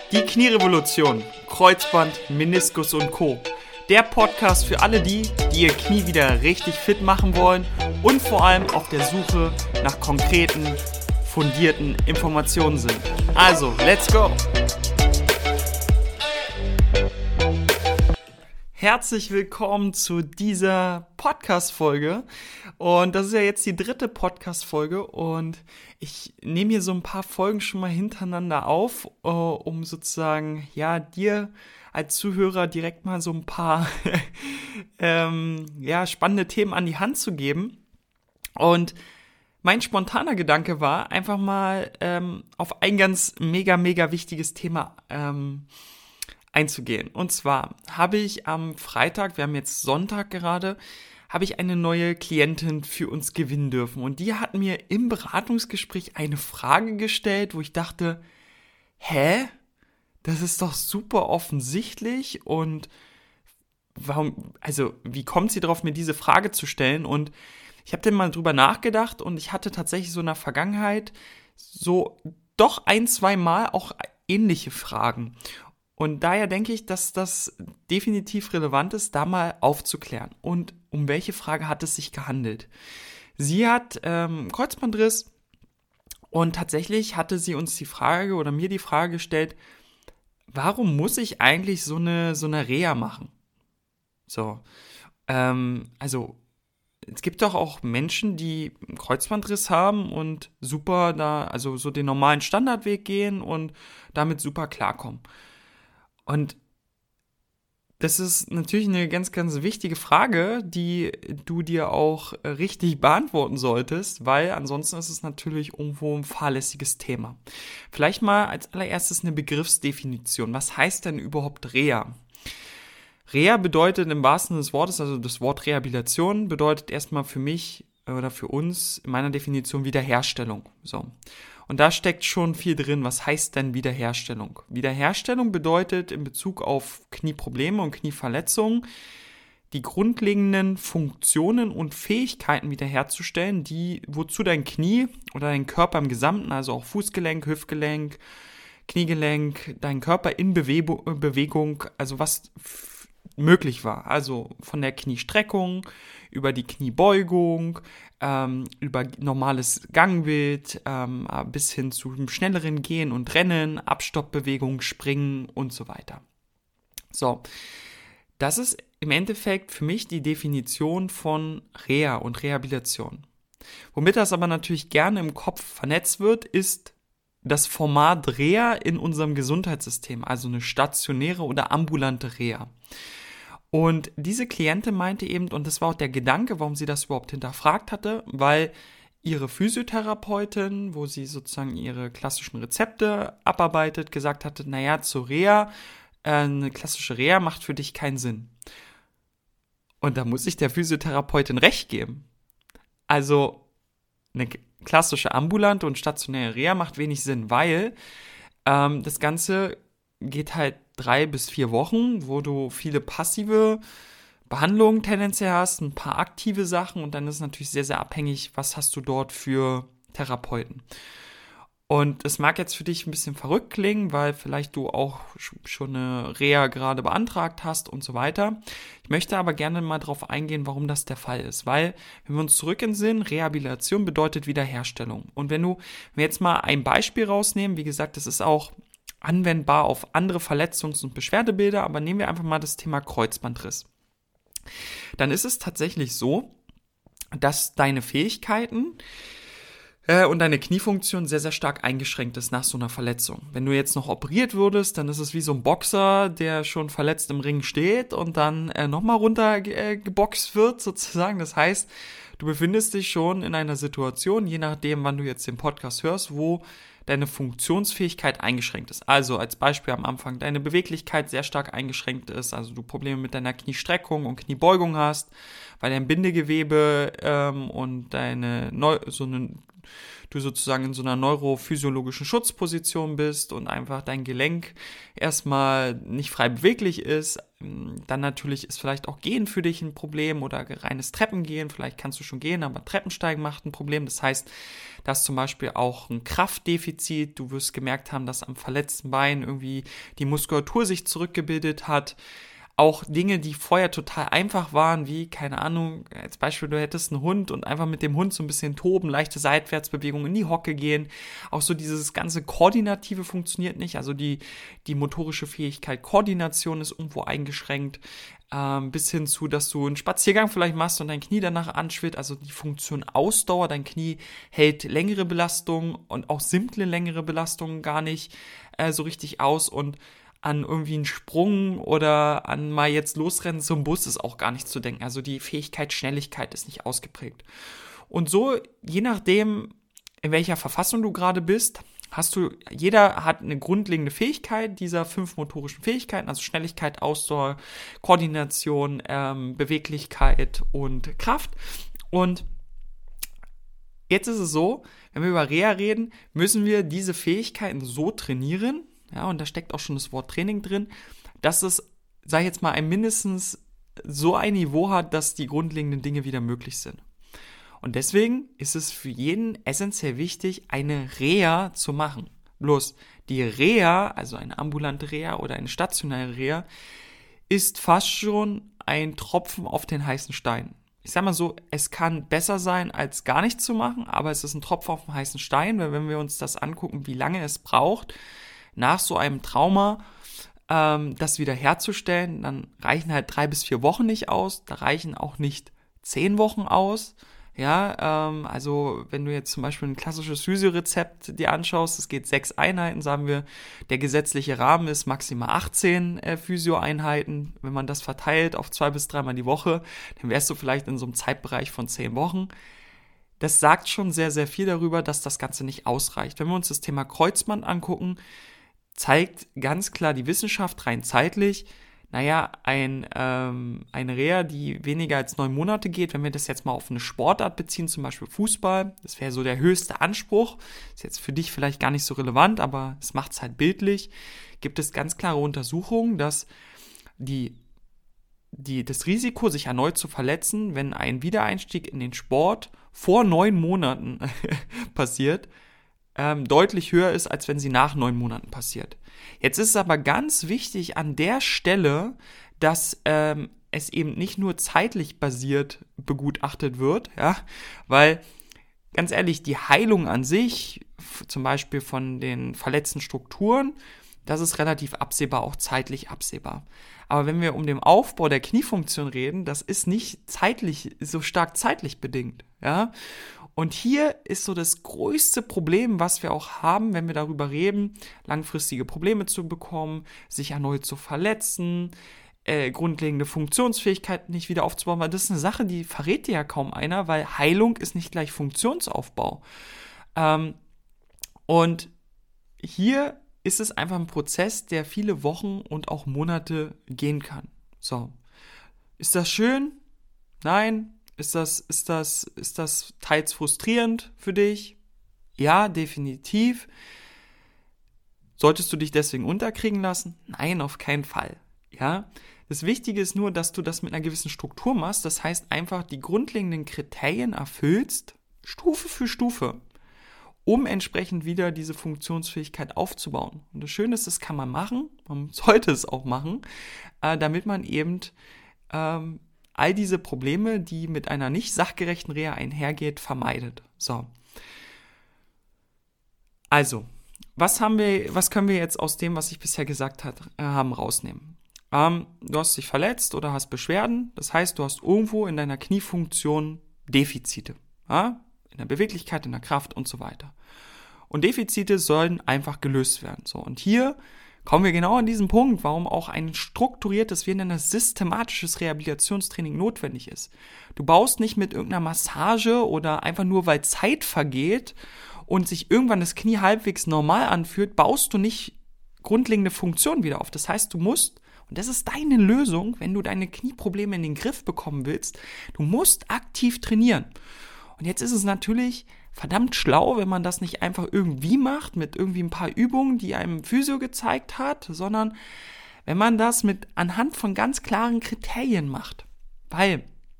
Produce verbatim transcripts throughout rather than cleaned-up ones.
Die Knierevolution, Kreuzband, Meniskus und Co. Der Podcast für alle die, die ihr Knie wieder richtig fit machen wollen und vor allem auf der Suche nach konkreten, fundierten Informationen sind. Also, let's go! Herzlich willkommen zu dieser Podcast-Folge und das ist ja jetzt die dritte Podcast-Folge und ich nehme hier so ein paar Folgen schon mal hintereinander auf, um sozusagen, ja, dir als Zuhörer direkt mal so ein paar ähm, ja, spannende Themen an die Hand zu geben. Und mein spontaner Gedanke war, einfach mal ähm, auf ein ganz mega, mega wichtiges Thema ähm, einzugehen. Und zwar habe ich am Freitag, wir haben jetzt Sonntag gerade, habe ich eine neue Klientin für uns gewinnen dürfen. Und die hat mir im Beratungsgespräch eine Frage gestellt, wo ich dachte, hä? Das ist doch super offensichtlich und warum, also wie kommt sie drauf, mir diese Frage zu stellen? Und ich habe dann mal drüber nachgedacht und ich hatte tatsächlich so in der Vergangenheit so doch ein, zwei Mal auch ähnliche Fragen. Und daher denke ich, dass das definitiv relevant ist, da mal aufzuklären. Und um welche Frage hat es sich gehandelt? Sie hat ähm, Kreuzbandriss und tatsächlich hatte sie uns die Frage oder mir die Frage gestellt, warum muss ich eigentlich so eine, so eine Reha machen? So, ähm, also es gibt doch auch Menschen, die einen Kreuzbandriss haben und super da, also so den normalen Standardweg gehen und damit super klarkommen. Und das ist natürlich eine ganz, ganz wichtige Frage, die du dir auch richtig beantworten solltest, weil ansonsten ist es natürlich irgendwo ein fahrlässiges Thema. Vielleicht mal als allererstes eine Begriffsdefinition. Was heißt denn überhaupt Reha? Reha bedeutet im wahrsten Sinne des Wortes, also das Wort Rehabilitation bedeutet erstmal für mich oder für uns in meiner Definition Wiederherstellung. So. Und da steckt schon viel drin. Was heißt denn Wiederherstellung? Wiederherstellung bedeutet in Bezug auf Knieprobleme und Knieverletzungen die grundlegenden Funktionen und Fähigkeiten wiederherzustellen, die, wozu dein Knie oder dein Körper im Gesamten, also auch Fußgelenk, Hüftgelenk, Kniegelenk, dein Körper in Bewegung, Bewegung also was f- möglich war. Also von der Kniestreckung über die Kniebeugung, ähm, über normales Gangbild, ähm, bis hin zu schnelleren Gehen und Rennen, Abstoppbewegung, Springen und so weiter. So, das ist im Endeffekt für mich die Definition von Reha und Rehabilitation. Womit das aber natürlich gerne im Kopf vernetzt wird, ist das Format Reha in unserem Gesundheitssystem, also eine stationäre oder ambulante Reha. Und diese Klientin meinte eben, und das war auch der Gedanke, warum sie das überhaupt hinterfragt hatte, weil ihre Physiotherapeutin, wo sie sozusagen ihre klassischen Rezepte abarbeitet, gesagt hatte, naja, zur Reha, äh, eine klassische Reha macht für dich keinen Sinn. Und da muss ich der Physiotherapeutin recht geben. Also eine klassische ambulante und stationäre Reha macht wenig Sinn, weil ähm, das Ganze geht halt drei bis vier Wochen, wo du viele passive Behandlungen tendenziell hast, ein paar aktive Sachen und dann ist es natürlich sehr, sehr abhängig, was hast du dort für Therapeuten. Und es mag jetzt für dich ein bisschen verrückt klingen, weil vielleicht du auch schon eine Reha gerade beantragt hast und so weiter. Ich möchte aber gerne mal darauf eingehen, warum das der Fall ist. Weil, wenn wir uns zurück entsinnen, Rehabilitation bedeutet Wiederherstellung. Und wenn du, wenn wir jetzt mal ein Beispiel rausnehmen, wie gesagt, das ist auch anwendbar auf andere Verletzungs- und Beschwerdebilder, aber nehmen wir einfach mal das Thema Kreuzbandriss. Dann ist es tatsächlich so, dass deine Fähigkeiten äh, und deine Kniefunktion sehr, sehr stark eingeschränkt ist nach so einer Verletzung. Wenn du jetzt noch operiert würdest, dann ist es wie so ein Boxer, der schon verletzt im Ring steht und dann äh, nochmal runter äh, geboxt wird sozusagen. Das heißt, du befindest dich schon in einer Situation, je nachdem, wann du jetzt den Podcast hörst, wo deine Funktionsfähigkeit eingeschränkt ist. Also als Beispiel am Anfang, deine Beweglichkeit sehr stark eingeschränkt ist, also du Probleme mit deiner Kniestreckung und Kniebeugung hast, weil dein Bindegewebe ähm, und deine Neu- so eine du sozusagen in so einer neurophysiologischen Schutzposition bist und einfach dein Gelenk erstmal nicht frei beweglich ist. Dann natürlich ist vielleicht auch Gehen für dich ein Problem oder reines Treppengehen. Vielleicht kannst du schon gehen, aber Treppensteigen macht ein Problem. Das heißt, da ist zum Beispiel auch ein Kraftdefizit. Du wirst gemerkt haben, dass am verletzten Bein irgendwie die Muskulatur sich zurückgebildet hat. Auch Dinge, die vorher total einfach waren, wie, keine Ahnung, als Beispiel, du hättest einen Hund und einfach mit dem Hund so ein bisschen toben, leichte Seitwärtsbewegungen in die Hocke gehen. Auch so dieses ganze Koordinative funktioniert nicht, also die, die motorische Fähigkeit, Koordination ist irgendwo eingeschränkt, ähm, bis hin zu, dass du einen Spaziergang vielleicht machst und dein Knie danach anschwillt, also die Funktion Ausdauer, dein Knie hält längere Belastungen und auch simple längere Belastungen gar nicht äh, so richtig aus und an irgendwie einen Sprung oder an mal jetzt losrennen zum Bus ist auch gar nicht zu denken. Also die Fähigkeit, Schnelligkeit ist nicht ausgeprägt. Und so, je nachdem, in welcher Verfassung du gerade bist, hast du, jeder hat eine grundlegende Fähigkeit dieser fünf motorischen Fähigkeiten, also Schnelligkeit, Ausdauer, Koordination, ähm, Beweglichkeit und Kraft. Und jetzt ist es so, wenn wir über Reha reden, müssen wir diese Fähigkeiten so trainieren, ja, und da steckt auch schon das Wort Training drin, dass es, sag ich jetzt mal, ein mindestens so ein Niveau hat, dass die grundlegenden Dinge wieder möglich sind. Und deswegen ist es für jeden essentiell wichtig, eine Reha zu machen. Bloß die Reha, also eine ambulante Reha oder eine stationäre Reha, ist fast schon ein Tropfen auf den heißen Stein. Ich sag mal so, es kann besser sein, als gar nichts zu machen, aber es ist ein Tropfen auf den heißen Stein, weil wenn wir uns das angucken, wie lange es braucht, nach so einem Trauma ähm, das wieder herzustellen, dann reichen halt drei bis vier Wochen nicht aus, da reichen auch nicht zehn Wochen aus. Ja, ähm, also wenn du jetzt zum Beispiel ein klassisches Physio-Rezept dir anschaust, es geht sechs Einheiten, sagen wir, der gesetzliche Rahmen ist maximal achtzehn äh, Physio-Einheiten. Wenn man das verteilt auf zwei bis dreimal die Woche, dann wärst du vielleicht in so einem Zeitbereich von zehn Wochen. Das sagt schon sehr, sehr viel darüber, dass das Ganze nicht ausreicht. Wenn wir uns das Thema Kreuzband angucken, zeigt ganz klar die Wissenschaft rein zeitlich, naja, ein, ähm, eine Reha, die weniger als neun Monate geht, wenn wir das jetzt mal auf eine Sportart beziehen, zum Beispiel Fußball, das wäre so der höchste Anspruch, ist jetzt für dich vielleicht gar nicht so relevant, aber es macht es halt bildlich, gibt es ganz klare Untersuchungen, dass die, die, das Risiko, sich erneut zu verletzen, wenn ein Wiedereinstieg in den Sport vor neun Monaten passiert, Ähm, deutlich höher ist, als wenn sie nach neun Monaten passiert. Jetzt ist es aber ganz wichtig an der Stelle, dass ähm, es eben nicht nur zeitlich basiert begutachtet wird, ja, weil ganz ehrlich, die Heilung an sich, f- zum Beispiel von den verletzten Strukturen, das ist relativ absehbar, auch zeitlich absehbar. Aber wenn wir um den Aufbau der Kniefunktion reden, das ist nicht zeitlich, so stark zeitlich bedingt, ja. Und hier ist so das größte Problem, was wir auch haben, wenn wir darüber reden, langfristige Probleme zu bekommen, sich erneut zu verletzen, äh, grundlegende Funktionsfähigkeit nicht wieder aufzubauen, weil das ist eine Sache, die verrät dir ja kaum einer, weil Heilung ist nicht gleich Funktionsaufbau. Ähm, und hier ist es einfach ein Prozess, der viele Wochen und auch Monate gehen kann. So. Ist das schön? Nein. Ist das, ist das, ist das teils frustrierend für dich? Ja, definitiv. Solltest du dich deswegen unterkriegen lassen? Nein, auf keinen Fall. Ja. Das Wichtige ist nur, dass du das mit einer gewissen Struktur machst. Das heißt einfach, die grundlegenden Kriterien erfüllst, Stufe für Stufe, um entsprechend wieder diese Funktionsfähigkeit aufzubauen. Und das Schöne ist, das kann man machen, man sollte es auch machen, äh, damit man eben ähm, all diese Probleme, die mit einer nicht sachgerechten Reha einhergeht, vermeidet. So. Also, was haben wir, was können wir jetzt aus dem, was ich bisher gesagt hat, äh, haben, rausnehmen? Ähm, du hast dich verletzt oder hast Beschwerden. Das heißt, du hast irgendwo in deiner Kniefunktion Defizite. Ja? In der Beweglichkeit, in der Kraft und so weiter. Und Defizite sollen einfach gelöst werden. So, und hier kommen wir genau an diesen Punkt, warum auch ein strukturiertes, wir nennen das systematisches Rehabilitationstraining notwendig ist. Du baust nicht mit irgendeiner Massage oder einfach nur, weil Zeit vergeht und sich irgendwann das Knie halbwegs normal anfühlt, baust du nicht grundlegende Funktionen wieder auf. Das heißt, du musst, und das ist deine Lösung, wenn du deine Knieprobleme in den Griff bekommen willst, du musst aktiv trainieren. Und jetzt ist es natürlich verdammt schlau, wenn man das nicht einfach irgendwie macht, mit irgendwie ein paar Übungen, die einem Physio gezeigt hat, sondern wenn man das mit anhand von ganz klaren Kriterien macht. Weil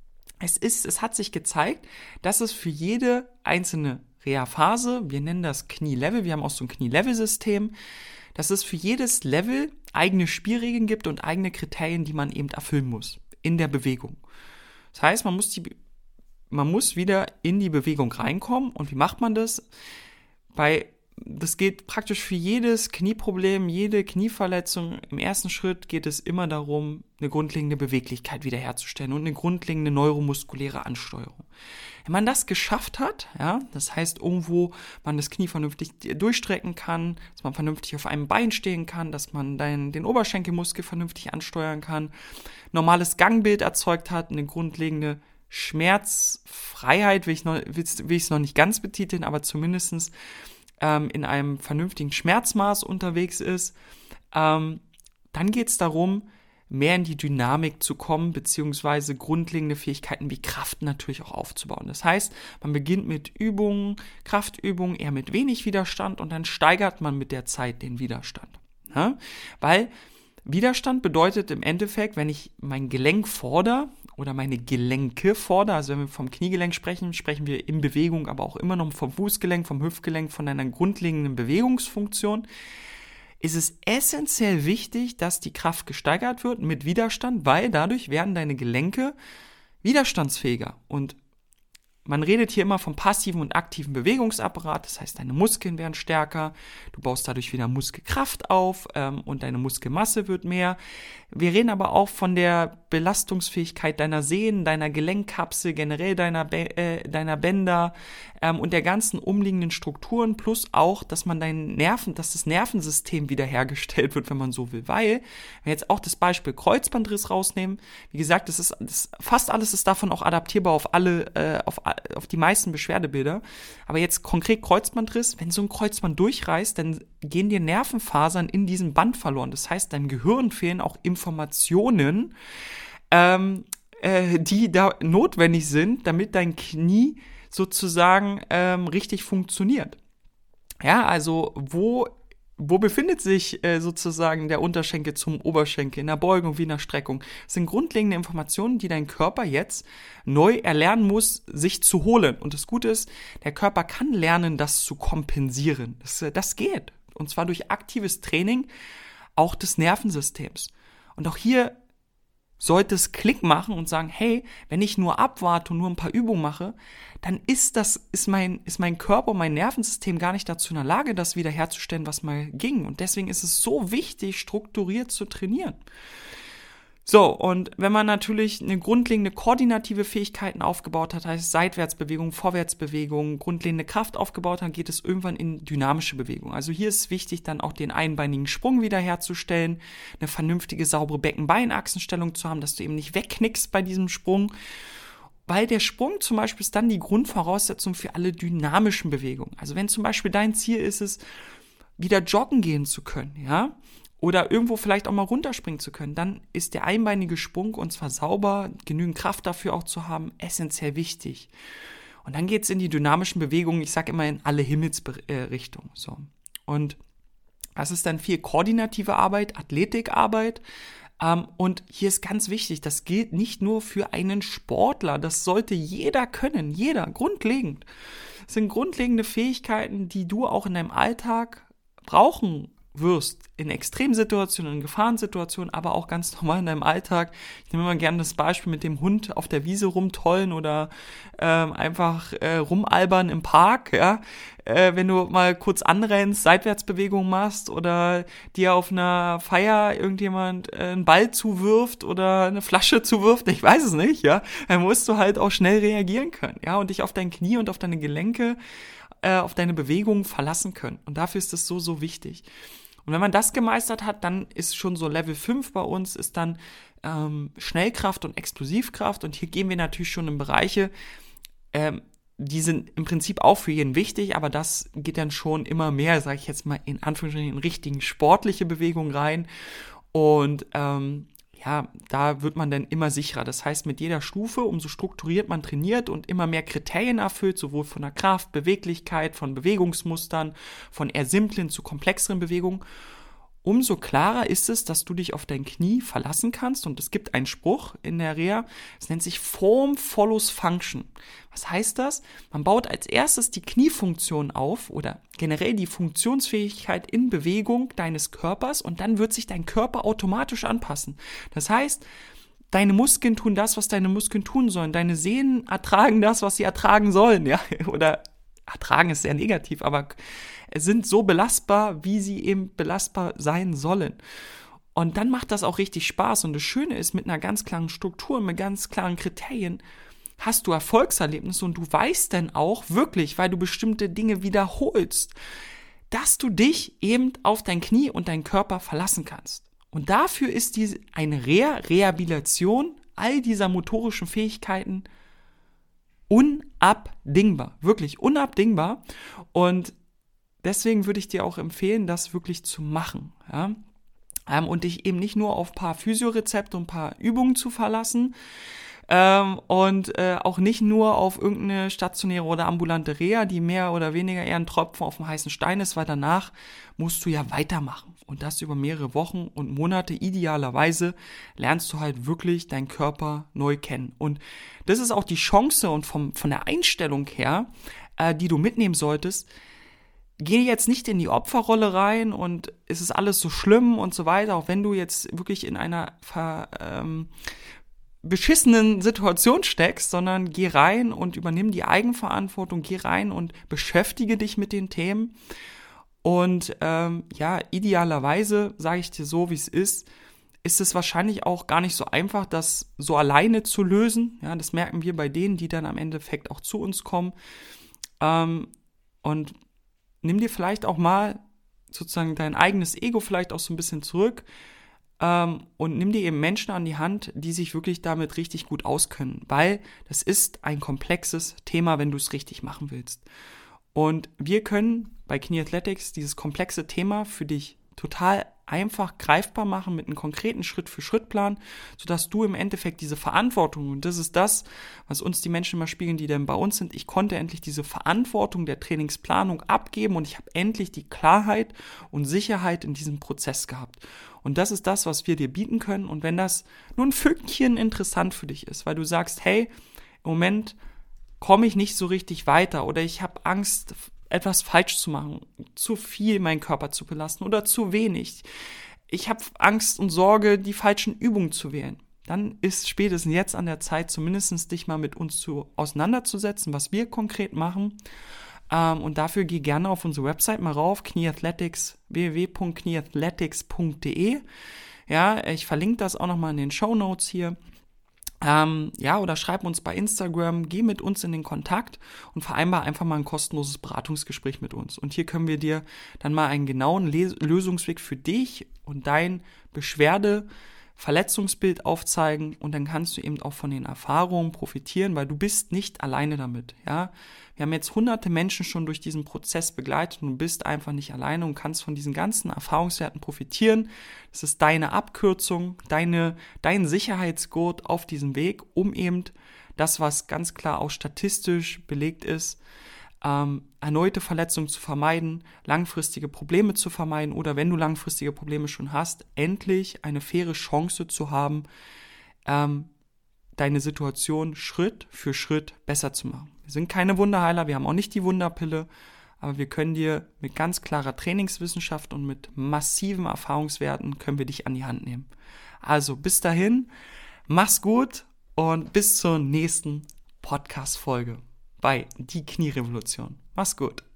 es ist, es hat sich gezeigt, dass es für jede einzelne Reha-Phase, wir nennen das Knie-Level, wir haben auch so ein Knie-Level-System, dass es für jedes Level eigene Spielregeln gibt und eigene Kriterien, die man eben erfüllen muss in der Bewegung. Das heißt, man muss die, man muss wieder in die Bewegung reinkommen. Und wie macht man das? Bei Das geht praktisch für jedes Knieproblem, jede Knieverletzung. Im ersten Schritt geht es immer darum, eine grundlegende Beweglichkeit wiederherzustellen und eine grundlegende neuromuskuläre Ansteuerung. Wenn man das geschafft hat, ja, das heißt irgendwo man das Knie vernünftig durchstrecken kann, dass man vernünftig auf einem Bein stehen kann, dass man den, den Oberschenkelmuskel vernünftig ansteuern kann, normales Gangbild erzeugt hat, eine grundlegende Schmerzfreiheit, will ich noch, will, will ich es noch nicht ganz betiteln, aber zumindestens in einem vernünftigen Schmerzmaß unterwegs ist, ähm, dann geht es darum, mehr in die Dynamik zu kommen, beziehungsweise grundlegende Fähigkeiten wie Kraft natürlich auch aufzubauen. Das heißt, man beginnt mit Übungen, Kraftübungen, eher mit wenig Widerstand und dann steigert man mit der Zeit den Widerstand. Ja? Weil Widerstand bedeutet im Endeffekt, wenn ich mein Gelenk fordere oder meine Gelenke fordere, also wenn wir vom Kniegelenk sprechen, sprechen wir in Bewegung, aber auch immer noch vom Fußgelenk, vom Hüftgelenk, von einer grundlegenden Bewegungsfunktion, ist es essentiell wichtig, dass die Kraft gesteigert wird mit Widerstand, weil dadurch werden deine Gelenke widerstandsfähiger. Und man redet hier immer vom passiven und aktiven Bewegungsapparat, das heißt, deine Muskeln werden stärker, du baust dadurch wieder Muskelkraft auf ähm, und deine Muskelmasse wird mehr. Wir reden aber auch von der Belastungsfähigkeit deiner Sehnen, deiner Gelenkkapsel, generell deiner, Be- äh, deiner Bänder ähm, und der ganzen umliegenden Strukturen, plus auch, dass man deinen Nerven, dass das Nervensystem wiederhergestellt wird, wenn man so will. Weil, wenn wir jetzt auch das Beispiel Kreuzbandriss rausnehmen, wie gesagt, das ist, das, fast alles ist davon auch adaptierbar auf alle, äh, auf auf die meisten Beschwerdebilder. Aber jetzt konkret Kreuzbandriss, wenn so ein Kreuzband durchreißt, dann gehen dir Nervenfasern in diesem Band verloren. Das heißt, deinem Gehirn fehlen auch Informationen, ähm, äh, die da notwendig sind, damit dein Knie sozusagen ähm, richtig funktioniert. Ja, also wo Wo befindet sich äh, sozusagen der Unterschenkel zum Oberschenkel in der Beugung wie in der Streckung? Das sind grundlegende Informationen, die dein Körper jetzt neu erlernen muss, sich zu holen. Und das Gute ist, der Körper kann lernen, das zu kompensieren. Das, das geht. Und zwar durch aktives Training auch des Nervensystems. Und auch hier sollte es Klick machen und sagen, hey, wenn ich nur abwarte und nur ein paar Übungen mache, dann ist das, ist mein, ist mein Körper und mein Nervensystem gar nicht dazu in der Lage, das wiederherzustellen, was mal ging. Und deswegen ist es so wichtig, strukturiert zu trainieren. So, und wenn man natürlich eine grundlegende koordinative Fähigkeiten aufgebaut hat, heißt Seitwärtsbewegung, Vorwärtsbewegung, grundlegende Kraft aufgebaut hat, geht es irgendwann in dynamische Bewegung. Also hier ist wichtig, dann auch den einbeinigen Sprung wiederherzustellen, eine vernünftige, saubere Becken-Bein-Achsenstellung zu haben, dass du eben nicht wegknickst bei diesem Sprung. Weil der Sprung zum Beispiel ist dann die Grundvoraussetzung für alle dynamischen Bewegungen. Also wenn zum Beispiel dein Ziel ist es, wieder joggen gehen zu können, ja, oder irgendwo vielleicht auch mal runterspringen zu können, dann ist der einbeinige Sprung, und zwar sauber, genügend Kraft dafür auch zu haben, essentiell wichtig. Und dann geht's in die dynamischen Bewegungen, ich sage immer in alle Himmelsrichtungen. So. Und das ist dann viel koordinative Arbeit, Athletikarbeit. Ähm, und hier ist ganz wichtig, das gilt nicht nur für einen Sportler, das sollte jeder können, jeder, grundlegend. Das sind grundlegende Fähigkeiten, die du auch in deinem Alltag brauchen wirst, in Extremsituationen, in Gefahrensituationen, aber auch ganz normal in deinem Alltag. Ich nehme immer gerne das Beispiel mit dem Hund auf der Wiese rumtollen oder ähm, einfach äh, rumalbern im Park, ja. Äh, wenn du mal kurz anrennst, Seitwärtsbewegungen machst oder dir auf einer Feier irgendjemand äh, einen Ball zuwirft oder eine Flasche zuwirft, ich weiß es nicht, ja, dann musst du halt auch schnell reagieren können, ja, und dich auf dein Knie und auf deine Gelenke, äh, auf deine Bewegungen verlassen können. Und dafür ist es so, so wichtig. Und wenn man das gemeistert hat, dann ist schon so Level fünf bei uns, ist dann ähm, Schnellkraft und Explosivkraft. Und hier gehen wir natürlich schon in Bereiche, ähm, die sind im Prinzip auch für jeden wichtig, aber das geht dann schon immer mehr, sage ich jetzt mal in Anführungsstrichen, in richtigen sportliche Bewegungen rein. Und ähm, ja, da wird man dann immer sicherer. Das heißt, mit jeder Stufe, umso strukturiert man trainiert und immer mehr Kriterien erfüllt, sowohl von der Kraft, Beweglichkeit, von Bewegungsmustern, von eher simplen zu komplexeren Bewegungen, umso klarer ist es, dass du dich auf dein Knie verlassen kannst. Und es gibt einen Spruch in der Reha, es nennt sich Form follows Function. Was heißt das? Man baut als erstes die Kniefunktion auf oder generell die Funktionsfähigkeit in Bewegung deines Körpers und dann wird sich dein Körper automatisch anpassen. Das heißt, deine Muskeln tun das, was deine Muskeln tun sollen. Deine Sehnen ertragen das, was sie ertragen sollen, ja, oder ertragen ist sehr negativ, aber sind so belastbar, wie sie eben belastbar sein sollen. Und dann macht das auch richtig Spaß. Und das Schöne ist, mit einer ganz klaren Struktur, mit ganz klaren Kriterien hast du Erfolgserlebnisse und du weißt dann auch wirklich, weil du bestimmte Dinge wiederholst, dass du dich eben auf dein Knie und deinen Körper verlassen kannst. Und dafür ist diese, eine Reha, Rehabilitation all dieser motorischen Fähigkeiten unabdingbar, wirklich unabdingbar. Und deswegen würde ich dir auch empfehlen, das wirklich zu machen, ja? Ähm, und dich eben nicht nur auf ein paar Physiorezepte und ein paar Übungen zu verlassen ähm, und äh, auch nicht nur auf irgendeine stationäre oder ambulante Reha, die mehr oder weniger eher ein Tropfen auf dem heißen Stein ist, weil danach musst du ja weitermachen. Und das über mehrere Wochen und Monate. Idealerweise lernst du halt wirklich deinen Körper neu kennen. Und das ist auch die Chance und vom, von der Einstellung her, äh, die du mitnehmen solltest. Geh jetzt nicht in die Opferrolle rein und es ist alles so schlimm und so weiter, auch wenn du jetzt wirklich in einer ver, ähm, beschissenen Situation steckst, sondern geh rein und übernimm die Eigenverantwortung, geh rein und beschäftige dich mit den Themen. Und ähm, ja, idealerweise, sage ich dir so, wie es ist, ist es wahrscheinlich auch gar nicht so einfach, das so alleine zu lösen. Ja, das merken wir bei denen, die dann am Endeffekt auch zu uns kommen. Ähm, und nimm dir vielleicht auch mal sozusagen dein eigenes Ego vielleicht auch so ein bisschen zurück ähm, und nimm dir eben Menschen an die Hand, die sich wirklich damit richtig gut auskennen, weil das ist ein komplexes Thema, wenn du es richtig machen willst. Und wir können bei Knie Athletics dieses komplexe Thema für dich total einfach greifbar machen mit einem konkreten Schritt-für-Schritt-Plan, sodass du im Endeffekt diese Verantwortung, und das ist das, was uns die Menschen immer spiegeln, die dann bei uns sind, ich konnte endlich diese Verantwortung der Trainingsplanung abgeben und ich habe endlich die Klarheit und Sicherheit in diesem Prozess gehabt. Und das ist das, was wir dir bieten können. Und wenn das nur ein Fünkchen interessant für dich ist, weil du sagst, hey, im Moment komme ich nicht so richtig weiter oder ich habe Angst, etwas falsch zu machen, zu viel meinen Körper zu belasten oder zu wenig. Ich habe Angst und Sorge, die falschen Übungen zu wählen. Dann ist spätestens jetzt an der Zeit, zumindest dich mal mit uns zu auseinanderzusetzen, was wir konkret machen. Ähm, und dafür geh gerne auf unsere Website mal rauf, Knie Athletics, w w w punkt knie athletics punkt d e. Ja, ich verlinke das auch nochmal in den Shownotes hier. Ähm, ja, oder schreib uns bei Instagram, geh mit uns in den Kontakt und vereinbar einfach mal ein kostenloses Beratungsgespräch mit uns. Und hier können wir dir dann mal einen genauen Les- Lösungsweg für dich und dein Beschwerde-Verletzungsbild aufzeigen und dann kannst du eben auch von den Erfahrungen profitieren, weil du bist nicht alleine damit, ja. Wir haben jetzt hunderte Menschen schon durch diesen Prozess begleitet und du bist einfach nicht alleine und kannst von diesen ganzen Erfahrungswerten profitieren. Das ist deine Abkürzung, deine, dein Sicherheitsgurt auf diesem Weg, um eben das, was ganz klar auch statistisch belegt ist, ähm, erneute Verletzungen zu vermeiden, langfristige Probleme zu vermeiden oder wenn du langfristige Probleme schon hast, endlich eine faire Chance zu haben, ähm, deine Situation Schritt für Schritt besser zu machen. Wir sind keine Wunderheiler, wir haben auch nicht die Wunderpille, aber wir können dir mit ganz klarer Trainingswissenschaft und mit massiven Erfahrungswerten können wir dich an die Hand nehmen. Also bis dahin, mach's gut und bis zur nächsten Podcast-Folge bei Die Knierevolution. Mach's gut.